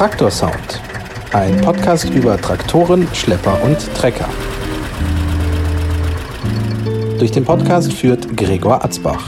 Traktorsound, ein Podcast über Traktoren, Schlepper und Trecker. Durch den Podcast führt Gregor Atzbach.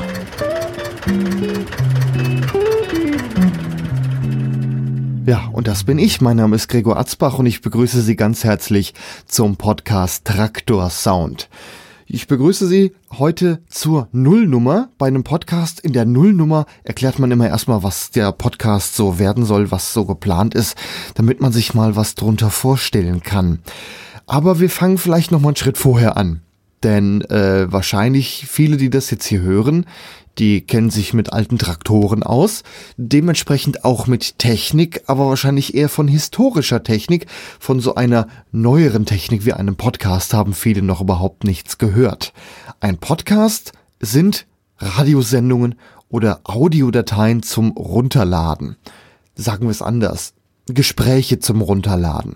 Ja, und das bin ich. Mein Name ist Gregor Atzbach und ich begrüße Sie ganz herzlich zum Podcast Traktorsound. Ich begrüße Sie heute zur Nullnummer. Bei einem Podcast in der Nullnummer erklärt man immer erstmal, was der Podcast so werden soll, was so geplant ist, damit man sich mal was drunter vorstellen kann. Aber wir fangen vielleicht noch mal einen Schritt vorher an. Denn wahrscheinlich viele, die das jetzt hier hören, die kennen sich mit alten Traktoren aus, dementsprechend auch mit Technik, aber wahrscheinlich eher von historischer Technik. Von so einer neueren Technik wie einem Podcast haben viele noch überhaupt nichts gehört. Ein Podcast sind Radiosendungen oder Audiodateien zum Runterladen. Sagen wir es anders, Gespräche zum Runterladen.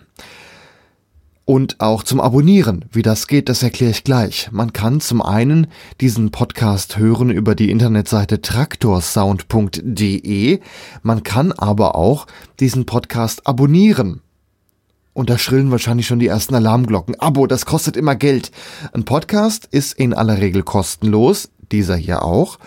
Und auch zum Abonnieren. Wie das geht, das erkläre ich gleich. Man kann zum einen diesen Podcast hören über die Internetseite traktorsound.de. Man kann aber auch diesen Podcast abonnieren. Und da schrillen wahrscheinlich schon die ersten Alarmglocken. Abo, das kostet immer Geld. Ein Podcast ist in aller Regel kostenlos, dieser hier auch.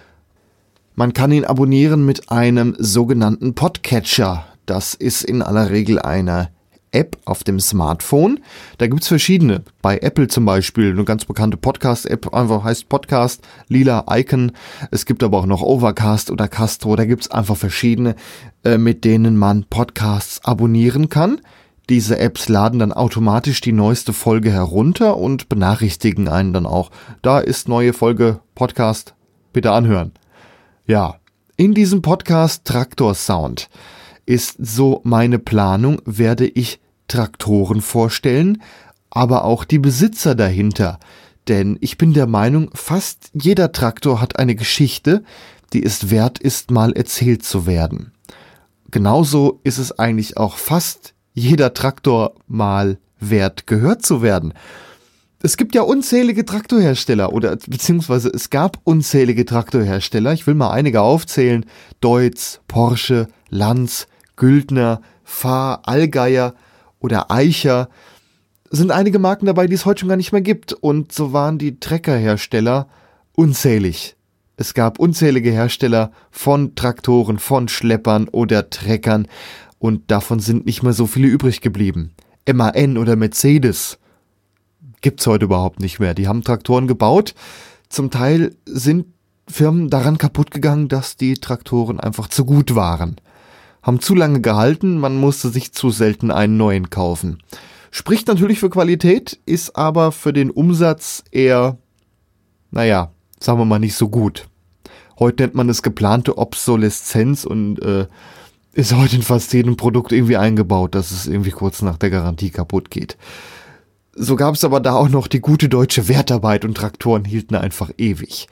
Man kann ihn abonnieren mit einem sogenannten Podcatcher. Das ist in aller Regel eine App auf dem Smartphone. Da gibt's verschiedene. Bei Apple zum Beispiel eine ganz bekannte Podcast-App, einfach heißt Podcast, lila Icon. Es gibt aber auch noch Overcast oder Castro. Da gibt's einfach verschiedene, mit denen man Podcasts abonnieren kann. Diese Apps laden dann automatisch die neueste Folge herunter und benachrichtigen einen dann auch. Da ist neue Folge Podcast, bitte anhören. Ja, in diesem Podcast Traktorsound ist so meine Planung, werde ich Traktoren vorstellen, aber auch die Besitzer dahinter. Denn ich bin der Meinung, fast jeder Traktor hat eine Geschichte, die es wert ist, mal erzählt zu werden. Genauso ist es eigentlich auch fast jeder Traktor mal wert, gehört zu werden. Es gibt ja unzählige Traktorhersteller beziehungsweise es gab unzählige Traktorhersteller. Ich will mal einige aufzählen. Deutz, Porsche, Lanz, Güldner, Fahr, Allgeier oder Eicher. Sind einige Marken dabei, die es heute schon gar nicht mehr gibt. Und so waren die Treckerhersteller unzählig. Es gab unzählige Hersteller von Traktoren, von Schleppern oder Treckern. Und davon sind nicht mehr so viele übrig geblieben. MAN oder Mercedes gibt's heute überhaupt nicht mehr. Die haben Traktoren gebaut. Zum Teil sind Firmen daran kaputt gegangen, dass die Traktoren einfach zu gut waren. Haben zu lange gehalten, man musste sich zu selten einen neuen kaufen. Spricht natürlich für Qualität, ist aber für den Umsatz eher, sagen wir mal nicht so gut. Heute nennt man es geplante Obsoleszenz und ist heute in fast jedem Produkt irgendwie eingebaut, dass es irgendwie kurz nach der Garantie kaputt geht. So gab es aber da auch noch die gute deutsche Wertarbeit und Traktoren hielten einfach ewig.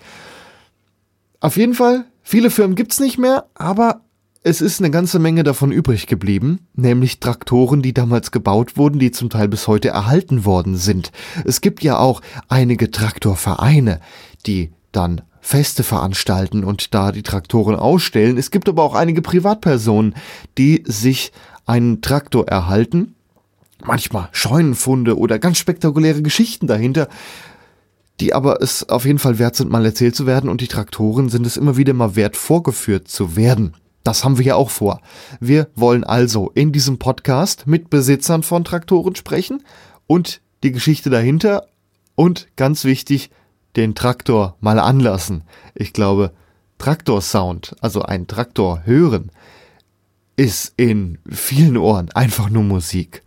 Auf jeden Fall, viele Firmen gibt's nicht mehr, aber es ist eine ganze Menge davon übrig geblieben, nämlich Traktoren, die damals gebaut wurden, die zum Teil bis heute erhalten worden sind. Es gibt ja auch einige Traktorvereine, die dann Feste veranstalten und da die Traktoren ausstellen. Es gibt aber auch einige Privatpersonen, die sich einen Traktor erhalten. Manchmal Scheunenfunde oder ganz spektakuläre Geschichten dahinter, die aber es auf jeden Fall wert sind, mal erzählt zu werden. Und die Traktoren sind es immer wieder mal wert, vorgeführt zu werden. Das haben wir ja auch vor. Wir wollen also in diesem Podcast mit Besitzern von Traktoren sprechen und die Geschichte dahinter und ganz wichtig, den Traktor mal anlassen. Ich glaube, Traktorsound, also ein Traktor hören, ist in vielen Ohren einfach nur Musik.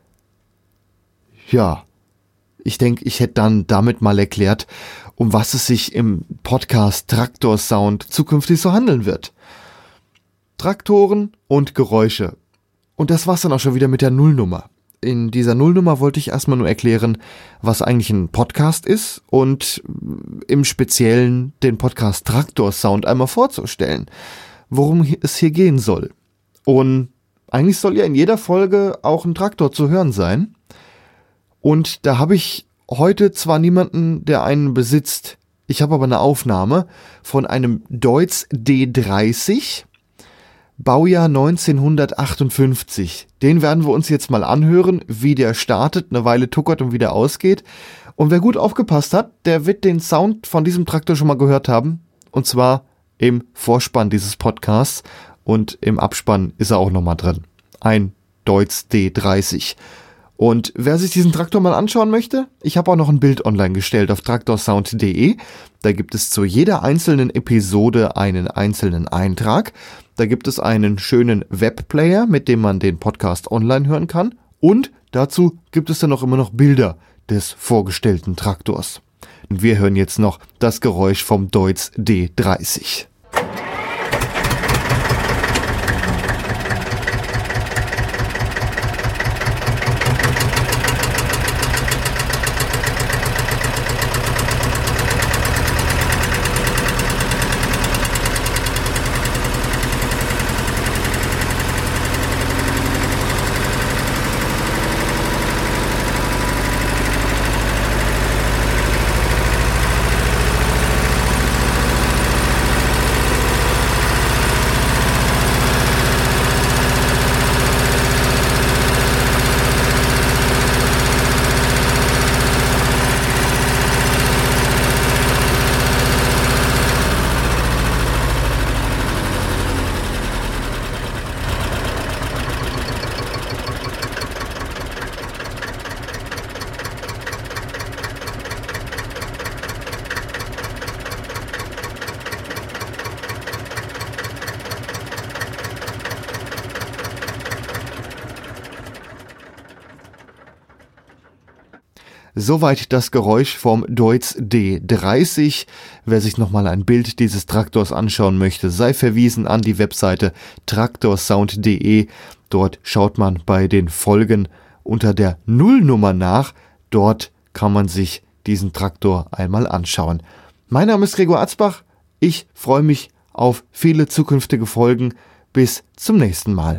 Ja, ich denke, ich hätte dann damit mal erklärt, um was es sich im Podcast Traktorsound zukünftig so handeln wird. Traktoren und Geräusche. Und das war's dann auch schon wieder mit der Nullnummer. In dieser Nullnummer wollte ich erstmal nur erklären, was eigentlich ein Podcast ist und im Speziellen den Podcast Traktorsound einmal vorzustellen, worum es hier gehen soll. Und eigentlich soll ja in jeder Folge auch ein Traktor zu hören sein. Und da habe ich heute zwar niemanden, der einen besitzt, ich habe aber eine Aufnahme von einem Deutz D30 Baujahr 1958. Den werden wir uns jetzt mal anhören, wie der startet, eine Weile tuckert und wieder ausgeht. Und wer gut aufgepasst hat, der wird den Sound von diesem Traktor schon mal gehört haben. Und zwar im Vorspann dieses Podcasts. Und im Abspann ist er auch nochmal drin. Ein Deutz D30. Und wer sich diesen Traktor mal anschauen möchte, ich habe auch noch ein Bild online gestellt auf traktorsound.de. Da gibt es zu jeder einzelnen Episode einen einzelnen Eintrag. Da gibt es einen schönen Webplayer, mit dem man den Podcast online hören kann. Und dazu gibt es dann auch immer noch Bilder des vorgestellten Traktors. Und wir hören jetzt noch das Geräusch vom Deutz D30. Soweit das Geräusch vom Deutz D30. Wer sich nochmal ein Bild dieses Traktors anschauen möchte, sei verwiesen an die Webseite traktorsound.de. Dort schaut man bei den Folgen unter der Nullnummer nach. Dort kann man sich diesen Traktor einmal anschauen. Mein Name ist Gregor Atzbach. Ich freue mich auf viele zukünftige Folgen. Bis zum nächsten Mal.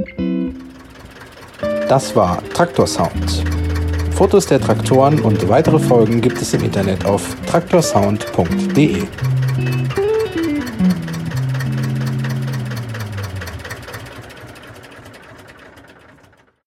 Das war Traktorsound. Fotos der Traktoren und weitere Folgen gibt es im Internet auf traktorsound.de.